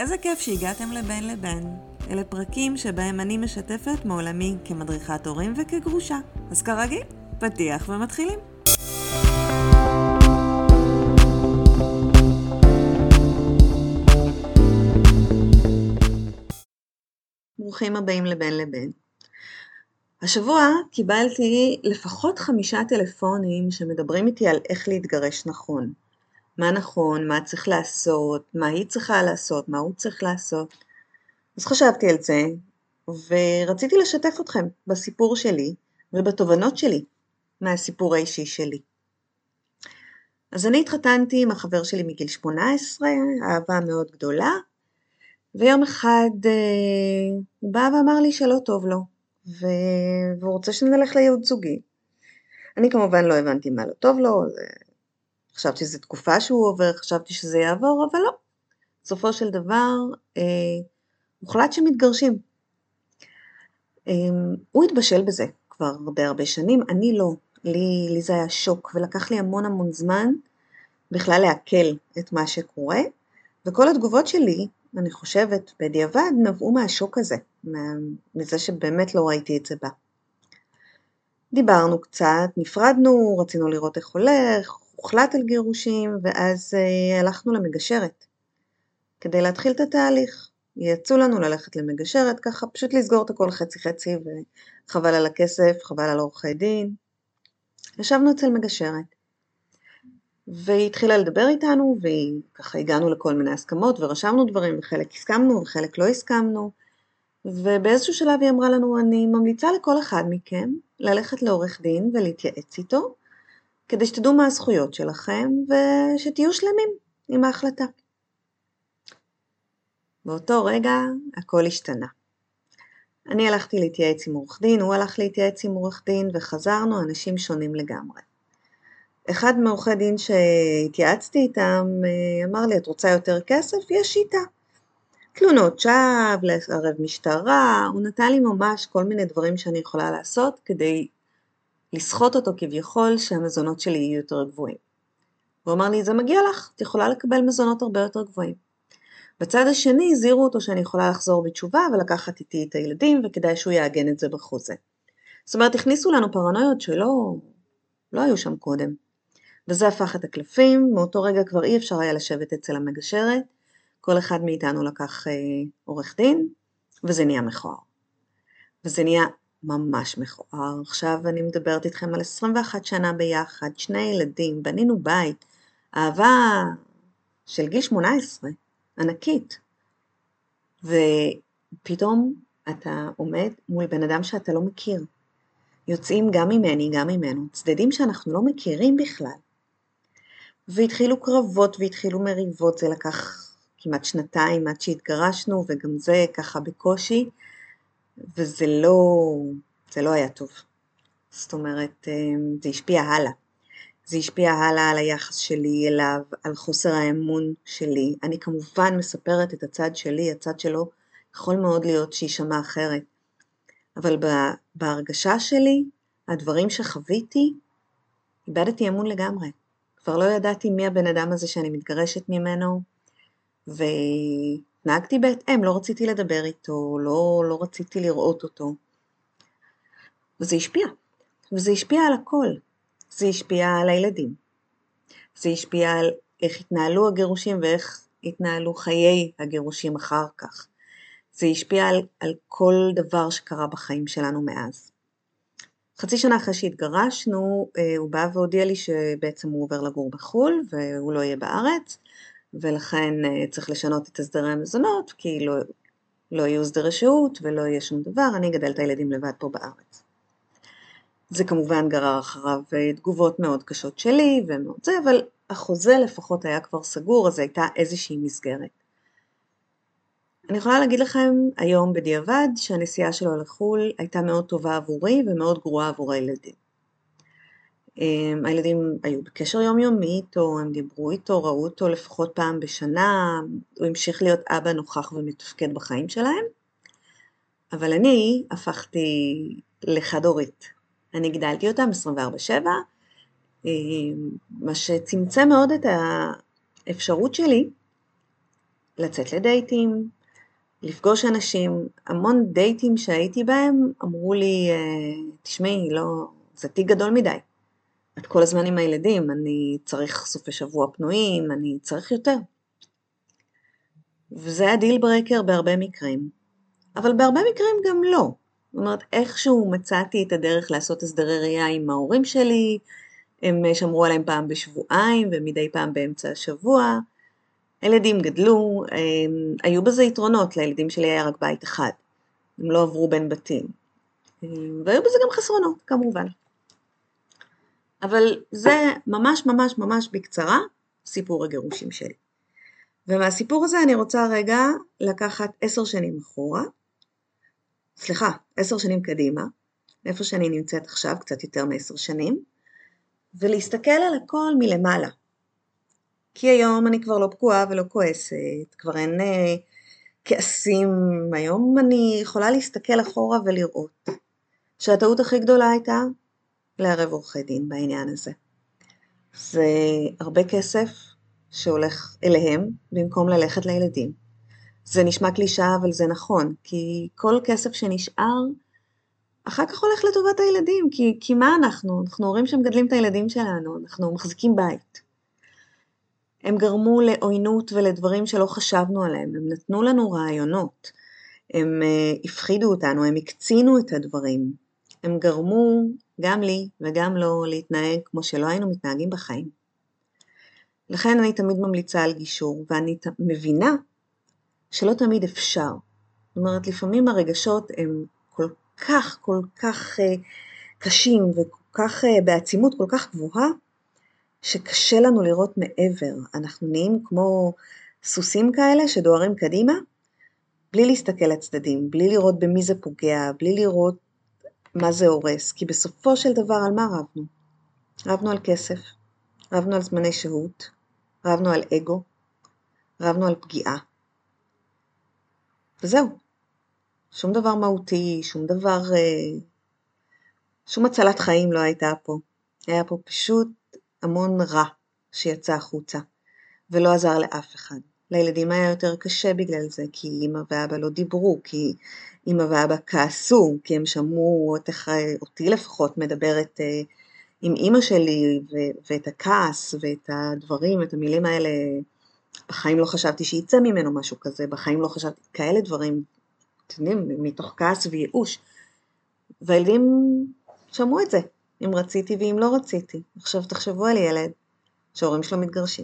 איזה כיף שהגעתם לבין לבין. אלה פרקים שבהם אני משתפת מעולמי כמדריכת הורים וכגרושה. אז כרגיל, פתיח ומתחילים. ברוכים הבאים לבין לבין. השבוע קיבלתי לפחות 5 טלפונים שמדברים איתי על איך להתגרש נכון. מה נכון, מה צריך לעשות, מה היא צריכה לעשות, מה הוא צריך לעשות. אז חשבתי על זה, ורציתי לשתף אתכם בסיפור שלי ובתובנות שלי מהסיפור האישי שלי. אז אני התחתנתי עם החבר שלי מגיל 18, אהבה מאוד גדולה, ויום אחד הוא בא ואמר לי שלא טוב לו, והוא רוצה שנלך לייעוץ זוגי. אני כמובן לא הבנתי מה לא טוב לו, חשבתי שזו תקופה שהוא עובר, חשבתי שזה יעבור, אבל לא. בסופו של דבר, הוחלט שמתגרשים. הוא התבשל בזה כבר הרבה שנים, אני לא. לי זה היה שוק, ולקח לי המון זמן בכלל להקל את מה שקורה, וכל התגובות שלי, אני חושבת, בדיעבד, נבעו מהשוק הזה, מזה שבאמת לא ראיתי את זה בה. דיברנו קצת, נפרדנו, רצינו לראות איך הולך, הוחלט על גירושים, ואז הלכנו למגשרת, כדי להתחיל את התהליך. יצאו לנו ללכת למגשרת, ככה פשוט לסגור את הכל חצי, וחבל על הכסף, חבל על עורכי דין. ישבנו אצל מגשרת, והיא התחילה לדבר איתנו, וככה הגענו לכל מיני הסכמות, ורשמנו דברים, וחלק הסכמנו, וחלק לא הסכמנו, ובאיזשהו שלב היא אמרה לנו, אני ממליצה לכל אחד מכם, ללכת לעורך דין ולהתייעץ איתו, כדי שתדעו מה הזכויות שלכם, ושתהיו שלמים עם ההחלטה. באותו רגע הכל השתנה. אני הלכתי להתייעץ עם עורך דין, הוא הלך להתייעץ עם עורך דין, וחזרנו אנשים שונים לגמרי. אחד מעורכי דין שהתייעצתי איתם אמר לי, את רוצה יותר כסף? יש שיטה. תלונות שווא, לערב משטרה, הוא נתן לי ממש כל מיני דברים שאני יכולה לעשות, כדי לסחוט אותו כביכול שהמזונות שלי יהיו יותר גבוהים. הוא אמר לי, זה מגיע לך, את יכולה לקבל מזונות הרבה יותר גבוהים. בצד השני הזהירו אותו שאני יכולה לחזור בתשובה ולקחת איתי את הילדים, וכדאי שהוא יעגן את זה בחוזה. זאת אומרת, הכניסו לנו פרנויות שלא היו שם קודם. וזה הפך את הקלפים, מאותו רגע כבר אי אפשר היה לשבת אצל המגשרת, כל אחד מאיתנו לקח עורך דין, וזה נהיה מכוער. וזה נהיה ממש מכוער. עכשיו אני מדברת איתכם על 21 שנה ביחד, 2 ילדים, בנינו בית, אהבה של גיל 18, ענקית. ופתאום אתה עומד מול בן אדם שאתה לא מכיר. יוצאים גם ממני, גם ממנו, צדדים שאנחנו לא מכירים בכלל. והתחילו קרבות והתחילו מריבות, זה לקח כמעט 2 עד שהתגרשנו, וגם זה ככה בקושי, וזה לא היה טוב. זאת אומרת, זה השפיע הלאה. זה השפיע הלאה על היחס שלי אליו, על חוסר האמון שלי. אני כמובן מספרת את הצד שלי, הצד שלו יכול מאוד להיות שישמע אחרת. אבל בהרגשה שלי, הדברים שחוויתי, איבדתי אמון לגמרי. כבר לא ידעתי מי הבן אדם הזה שאני מתגרשת ממנו, ונהגתי בהתאם, לא רציתי לדבר איתו, לא רציתי לראות אותו. וזה השפיע על הכל. זה השפיע על הילדים. זה השפיע על איך התנהלו הגירושים ואיך התנהלו חיי הגירושים אחר כך. זה השפיע על כל דבר שקרה בחיים שלנו מאז. חצי שנה אחרי שהתגרשנו, הוא בא והודיע לי שבעצם הוא עובר לגור בחול, והוא לא יהיה בארץ, ולכן צריך לשנות את הסדרי המזונות, כי לא יהיו הסדרי שהות ולא יהיה שום דבר, אני אגדל את הילדים לבד פה בארץ. זה כמובן גרר אחריו תגובות מאוד קשות שלי ומאוד זה, אבל החוזה לפחות היה כבר סגור, אז הייתה איזושהי מסגרת. אני יכולה להגיד לכם היום בדיעבד שהנסיעה שלו לחו"ל הייתה מאוד טובה עבורי ומאוד גרועה עבור הילדים. הילדים היו בקשר יומיומי איתו, הם דיברו איתו, ראו אותו לפחות פעם בשנה, הוא המשיך להיות אבא נוכח ומתפקד בחיים שלהם, אבל אני הפכתי לחד-הורית. אני גדלתי אותם 24/7, מה שצמצם מאוד את האפשרות שלי לצאת לדייטים, לפגוש אנשים. המון דייטים שהייתי בהם אמרו לי, תשמעי, לא, זה תיק גדול מדי. את כל הזמן עם הילדים, אני צריך סופי שבוע פנויים, אני צריך יותר. וזה הדיל ברקר בהרבה מקרים. אבל בהרבה מקרים גם לא. זאת אומרת, איכשהו מצאתי את הדרך לעשות הסדרי ראייה עם ההורים שלי, הם שמרו עליהם פעם בשבועיים ומדי פעם באמצע השבוע, הילדים גדלו, היו בזה יתרונות, לילדים שלי היה רק בית אחד, הם לא עברו בין בתים, והיו בזה גם חסרונות כמובן. אבל זה ממש ממש ממש בקצרה סיפור הגירושים שלי. ומהסיפור הזה אני רוצה רגע לקחת 10 שנים אחורה, 10 שנים קדימה, איפה שאני נמצאת עכשיו, קצת יותר מ10 שנים, ולהסתכל על הכל מלמעלה. כי היום אני כבר לא פגועה ולא כועסת, כבר אין כעסים, היום אני יכולה להסתכל אחורה ולראות שהטעות הכי גדולה הייתה לערב עורכי דין בעניין הזה. זה הרבה כסף שהולך אליהם במקום ללכת לילדים. זה נשמע קלישאה אבל זה נכון, כי כל כסף שנשאר אחר כך הולך לטובת הילדים, כי מה אנחנו? אנחנו הורים שמגדלים את הילדים שלנו, אנחנו מחזיקים בית. הם גרמו לעוינות ולדברים שלא חשבנו עליהם, הם נתנו לנו רעיונות, הם הפחידו אותנו, הם הקצינו את הדברים, הם גרמו גם לי וגם לו להתנהג כמו שלא היינו מתנהגים בחיים. לכן אני תמיד ממליצה על גישור, ואני מבינה שלא תמיד אפשר. זאת אומרת, לפעמים הרגשות הם כל כך קשים וכל כך בעצימות כל כך גבוהה, שקשה לנו לראות מעבר. אנחנו נהיים כמו סוסים כאלה שדוהרים קדימה, בלי להסתכל לצדדים, בלי לראות במי זה פוגע, בלי לראות מה זה הורס, כי בסופו של דבר על מה רבנו? רבנו על כסף, רבנו על זמני שהות, רבנו על אגו, רבנו על פגיעה. וזהו. שום דבר מהותי, שום הצלת חיים לא הייתה פה. היה פה פשוט המון רע שיצא החוצה, ולא עזר לאף אחד. לילדים היה יותר קשה בגלל זה, כי אמא ואבא לא דיברו, כי אמא ואבא כעסו, כי הם שמעו אותי לפחות מדברת עם אמא שלי, ואת הכעס ואת הדברים, את המילים האלה, בחיים לא חשבתי שיצא ממנו משהו כזה, בחיים לא חשבתי כאלה דברים, אתם יודעים, מתוך כעס וייאוש. והילדים שמעו את זה, אם רציתי ואם לא רציתי. עכשיו תחשבו על ילד שההורים שלו מתגרשים,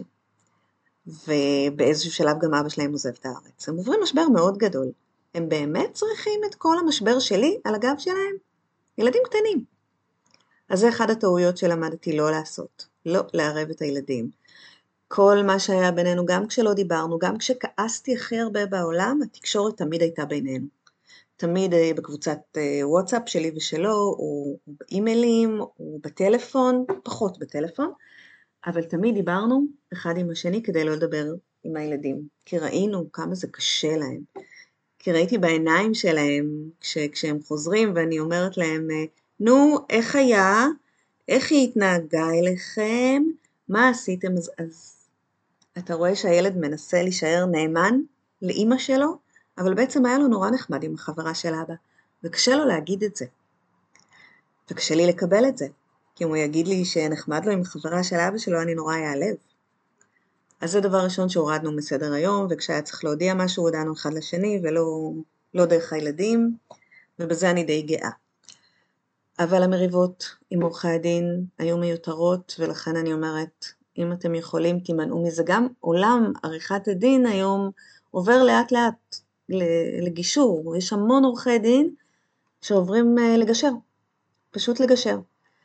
ובאיזשהו שלב גם אבא שלהם עוזב את הארץ. הם עוברים משבר מאוד גדול. הם באמת צריכים את כל המשבר שלי על הגב שלהם? ילדים קטנים. אז זה אחד הטעויות שלמדתי לא לעשות, לא לערב את הילדים. כל מה שהיה בינינו, גם כשלא דיברנו, גם כשכעסתי הכי הרבה בעולם, התקשורת תמיד הייתה בינינו. תמיד בקבוצת וואטסאפ שלי ושלו, או באימיילים, או בטלפון, פחות בטלפון, אבל תמיד דיברנו אחד עם השני כדי לא לדבר עם הילדים, כי ראינו כמה זה קשה להם. כי ראיתי בעיניים שלהם, כשהם חוזרים, ואני אומרת להם, נו, איך היה? איך היא התנהגה אליכם? מה עשיתם? אז אתה רואה שהילד מנסה להישאר נאמן לאמא שלו, אבל בעצם היה לו נורא נחמד עם החברה של אבא, וקשה לו להגיד את זה. וקשה לי לקבל את זה, כי אם הוא יגיד לי שנחמד לו עם החברה של אבא שלו, אני נורא אעלב. אז זה דבר ראשון שהורדנו מסדר היום, וכשהיה צריך להודיע משהו, הודענו אחד לשני, ולא דרך הילדים, ובזה אני די גאה. אבל המריבות עם עורכי הדין היו מיותרות, ולכן אני אומרת, אם אתם יכולים תימנעו מזה. גם עולם עריכת הדין היום עובר לאט לאט לגישור, יש המון עורכי דין שעוברים לגשר, פשוט לגשר,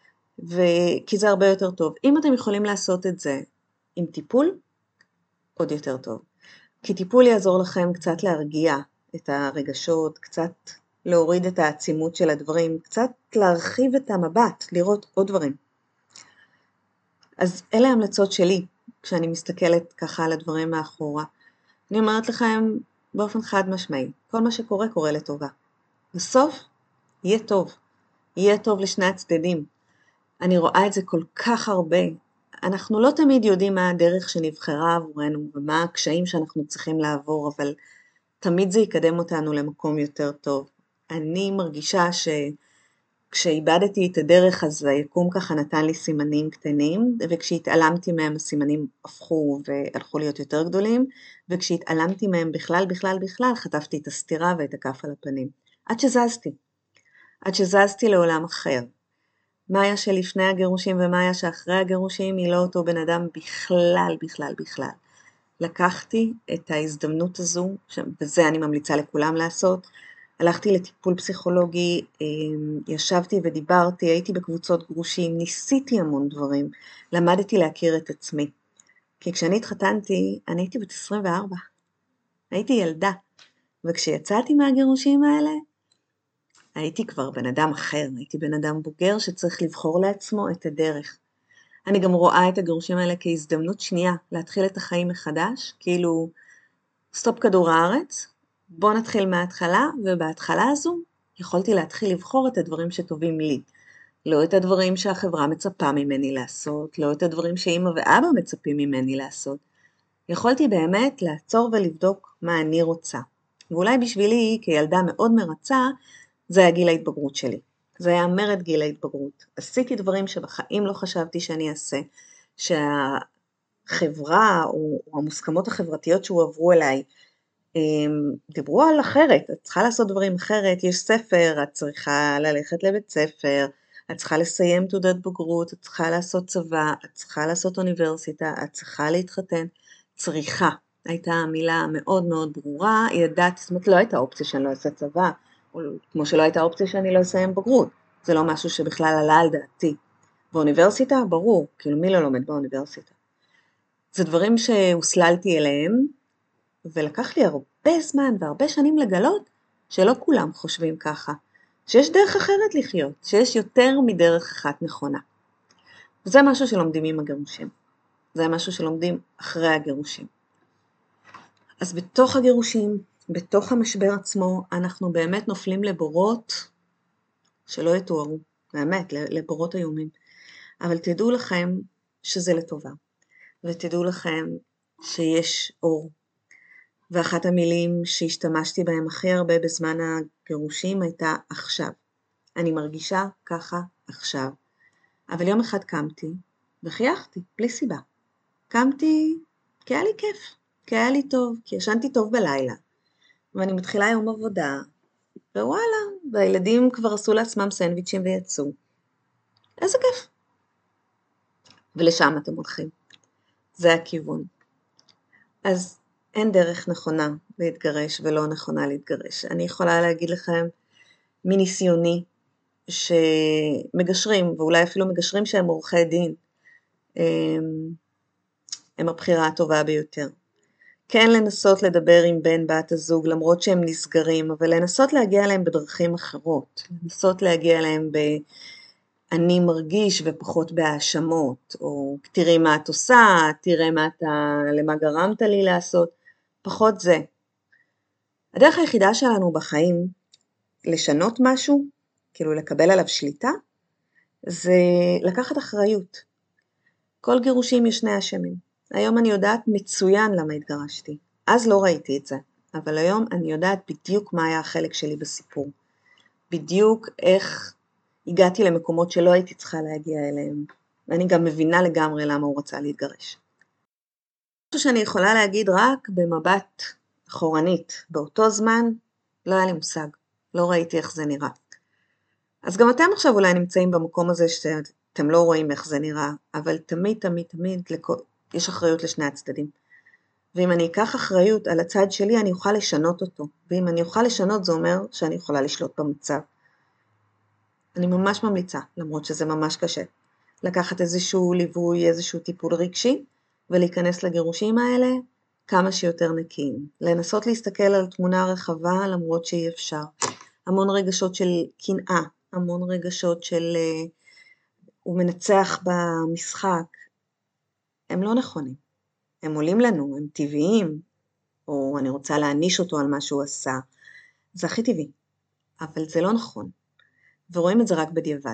כי זה הרבה יותר טוב. אם אתם יכולים לעשות את זה עם טיפול, עוד יותר טוב. כי טיפול יעזור לכם קצת להרגיע את הרגשות, קצת להוריד את העצימות של הדברים, קצת להרחיב את המבט, לראות עוד דברים. אז אלה ההמלצות שלי, כשאני מסתכלת ככה על הדברים מאחורה. אני אומרת לכם באופן חד משמעי, כל מה שקורה קורה לטובה. בסוף יהיה טוב, יהיה טוב לשני הצדדים. אני רואה את זה כל כך הרבה. אנחנו לא תמיד יודעים מה הדרך שנבחרה עבורנו, ומה הקשיים שאנחנו צריכים לעבור, אבל תמיד זה יקדם אותנו למקום יותר טוב. אני מרגישה כשאיבדתי את הדרך, אז היקום ככה נתן לי סימנים קטנים, וכשהתעלמתי מהם הסימנים הפכו והלכו להיות יותר גדולים, וכשהתעלמתי מהם בכלל, חטפתי את הסתירה ואת הכף על הפנים. עד שזזתי לעולם אחר. מאיה שלפני הגירושים ומאיה שאחרי הגירושים היא לא אותו בן אדם בכלל. לקחתי את ההזדמנות הזו, וזה אני ממליצה לכולם לעשות, הלכתי לטיפול פסיכולוגי, ישבתי ודיברתי, הייתי בקבוצות גרושים, ניסיתי המון דברים, למדתי להכיר את עצמי. כי כשאני התחתנתי, אני הייתי בת 24, הייתי ילדה, וכשיצאתי מהגירושים האלה, הייתי כבר בן אדם אחר, הייתי בן אדם בוגר שצריך לבחור לעצמו את הדרך. אני גם רואה את הגירושים האלה כהזדמנות שנייה, להתחיל את החיים מחדש, כאילו סטופ כדור הארץ, בוא נתחיל מההתחלה, ובהתחלה הזו יכולתי להתחיל לבחור את הדברים שטובים לי. לא את הדברים שהחברה מצפה ממני לעשות, לא את הדברים שאמא ואבא מצפים ממני לעשות. יכולתי באמת לעצור ולבדוק מה אני רוצה. ואולי בשבילי, כילדה מאוד מרצה, זה היה גיל ההתבגרות שלי. זה היה מרד גיל ההתבגרות. עשיתי דברים שבחיים לא חשבתי שאני אעשה, שהחברה או המוסכמות החברתיות שהועברו אליי, דיברו על אחרת, את צריכה לעשות דברים אחרת, יש ספר, את צריכה ללכת לבית ספר, את צריכה לסיים תעודת בגרות, את צריכה לעשות צבא, את צריכה לעשות אוניברסיטה, את צריכה להתחתן, צריכה. הייתה מילה מאוד מאוד ברורה, ידעתי, זאת אומרת לא הייתה אופציה שאני לא אעשה צבא, או כמו שלא הייתה אופציה שאני לא אסיים בגרות, זה לא משהו שבכלל עלה על דעתי. באוניברסיטה, ברור, כאילו מי לא לומד באוניברסיטה. זה דברים שהוסללתי אליהם, ולקח לי הרבה זמן והרבה שנים לגלות שלא כולם חושבים ככה, שיש דרך אחרת לחיות, שיש יותר מדרך אחת נכונה. וזה משהו שלומדים עם הגירושים, זה משהו שלומדים אחרי הגירושים. אז בתוך הגירושים, בתוך המשבר עצמו, אנחנו באמת נופלים לבורות שלא יתוארו, באמת, לבורות איומים. אבל תדעו לכם שזה לטובה, ותדעו לכם שיש אור. ואחת המילים שהשתמשתי בהם הכי הרבה בזמן הגירושים הייתה עכשיו. אני מרגישה ככה עכשיו. אבל יום אחד קמתי וחייכתי, בלי סיבה. קמתי כי היה לי כיף, כי היה לי טוב, כי ישנתי טוב בלילה. ואני מתחילה יום עבודה, ווואלה, והילדים כבר עשו לעצמם סנדוויצ'ים ויצאו. איזה כיף. ולשם אתם הולכים. זה הכיוון. אז אין דרך נכונה להתגרש ולא נכונה להתגרש. אני יכולה להגיד לכם מניסיוני שמגשרים, ואולי אפילו מגשרים שהם עורכי דין, הם הבחירה הטובה ביותר. כן לנסות לדבר עם בן בת הזוג למרות שהם נסגרים, אבל לנסות להגיע אליהם בדרכים אחרות. לנסות להגיע אליהם אני מרגיש ופחות בהאשמות, או תראי מה את עושה, תראה למה גרמת לי לעשות, פחות זה. הדרך היחידה שלנו בחיים לשנות משהו, כאילו לקבל עליו שליטה, זה לקחת אחריות. כל גירושים יש שני אשמים. היום אני יודעת מצוין למה התגרשתי. אז לא ראיתי את זה, אבל היום אני יודעת בדיוק מה היה החלק שלי בסיפור. בדיוק איך הגעתי למקומות שלא הייתי צריכה להגיע אליהם. ואני גם מבינה לגמרי למה הוא רצה להתגרש. משהו שאני יכולה להגיד רק במבט אחורנית. באותו זמן לא היה לי מושג. לא ראיתי איך זה נראה. אז גם אתם עכשיו אולי נמצאים במקום הזה שאתם לא רואים איך זה נראה, אבל תמיד יש אחריות לשני הצדדים. ואם אני אקח אחריות על הצד שלי, אני אוכל לשנות אותו. ואם אני אוכל לשנות, זה אומר שאני יכולה לשלוט במצב. אני ממש ממליצה, למרות שזה ממש קשה, לקחת איזשהו ליווי, איזשהו טיפול רגשי, ולהיכנס לגירושים האלה כמה שיותר נקיים. לנסות להסתכל על תמונה רחבה, למרות שאי אפשר. המון רגשות של קנאה, המון רגשות של הוא מנצח במשחק, הם לא נכונים. הם עולים לנו, הם טבעיים, או אני רוצה להעניש אותו על מה שהוא עשה. זה הכי טבעי, אבל זה לא נכון. ורואים את זה רק בדיעבד.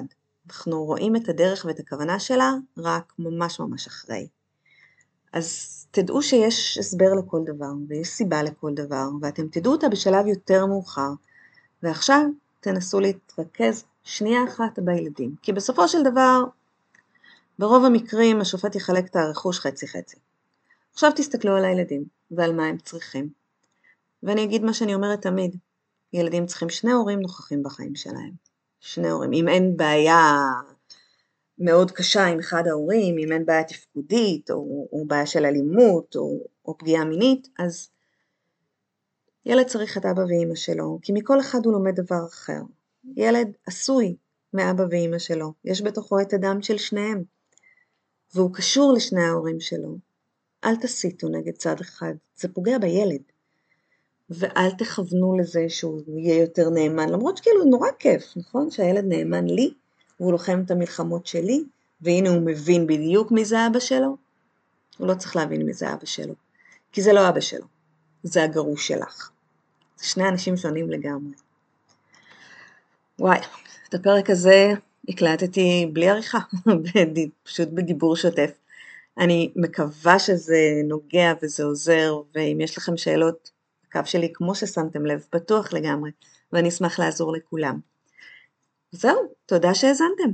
אנחנו רואים את הדרך ואת הכוונה שלה רק ממש ממש אחרי. אז תדעו שיש הסבר לכל דבר, ויש סיבה לכל דבר, ואתם תדעו אותה בשלב יותר מאוחר, ועכשיו תנסו להתרכז שנייה אחת בילדים, כי בסופו של דבר, ברוב המקרים השופט יחלק את הרכוש חצי חצי. עכשיו תסתכלו על הילדים, ועל מה הם צריכים. ואני אגיד מה שאני אומרת תמיד, ילדים צריכים 2 הורים נוכחים בחיים שלהם. 2 הורים, אם אין בעיה מאוד קשה עם אחד ההורים, אם אין בעיה תפקודית, או בעיה של אלימות, או פגיעה מינית, אז ילד צריך את אבא ואמא שלו, כי מכל אחד הוא לומד דבר אחר. ילד עשוי מאבא ואמא שלו, יש בתוכו את הדם של שניהם, והוא קשור לשני ההורים שלו. אל תסיתו נגד צד אחד, זה פוגע בילד. ואל תכוונו לזה שהוא יהיה יותר נאמן, למרות שכאילו נורא כיף, נכון? שהילד נאמן לי, והוא לוחם את המלחמות שלי, והנה הוא מבין בדיוק מי זה אבא שלו. הוא לא צריך להבין מי זה אבא שלו, כי זה לא אבא שלו, זה הגרוש שלך. זה 2 אנשים שונים לגמרי. וואי, את הפרק הזה הקלטתי בלי עריכה, פשוט בדיבור שוטף. אני מקווה שזה נוגע וזה עוזר, ואם יש לכם שאלות, הקו שלי כמו ששמתם לב, פתוח לגמרי, ואני אשמח לעזור לכולם. זהו, תודה שהאזנתם.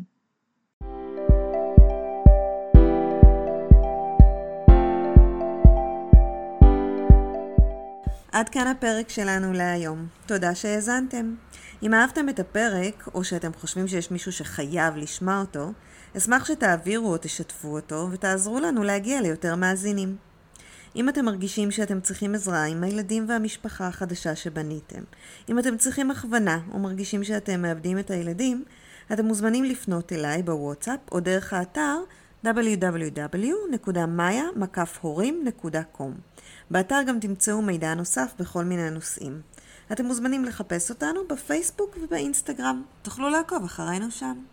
עד כאן הפרק שלנו להיום. תודה שהאזנתם. אם אהבתם את הפרק, או שאתם חושבים שיש מישהו שחייב לשמוע אותו, אשמח שתעבירו או תשתפו אותו, ותעזרו לנו להגיע ליותר מאזינים. אם אתם מרגישים שאתם צריכים עזרה עם הילדים והמשפחה החדשה שבניתם, אם אתם צריכים הכוונה או מרגישים שאתם מאבדים את הילדים, אתם מוזמנים לפנות אליי בוואטסאפ או דרך האתר www.maya-horim.com. באתר גם תמצאו מידע נוסף בכל מיני נושאים. אתם מוזמנים לחפש אותנו בפייסבוק ובאינסטגרם. תוכלו לעקוב אחרינו שם.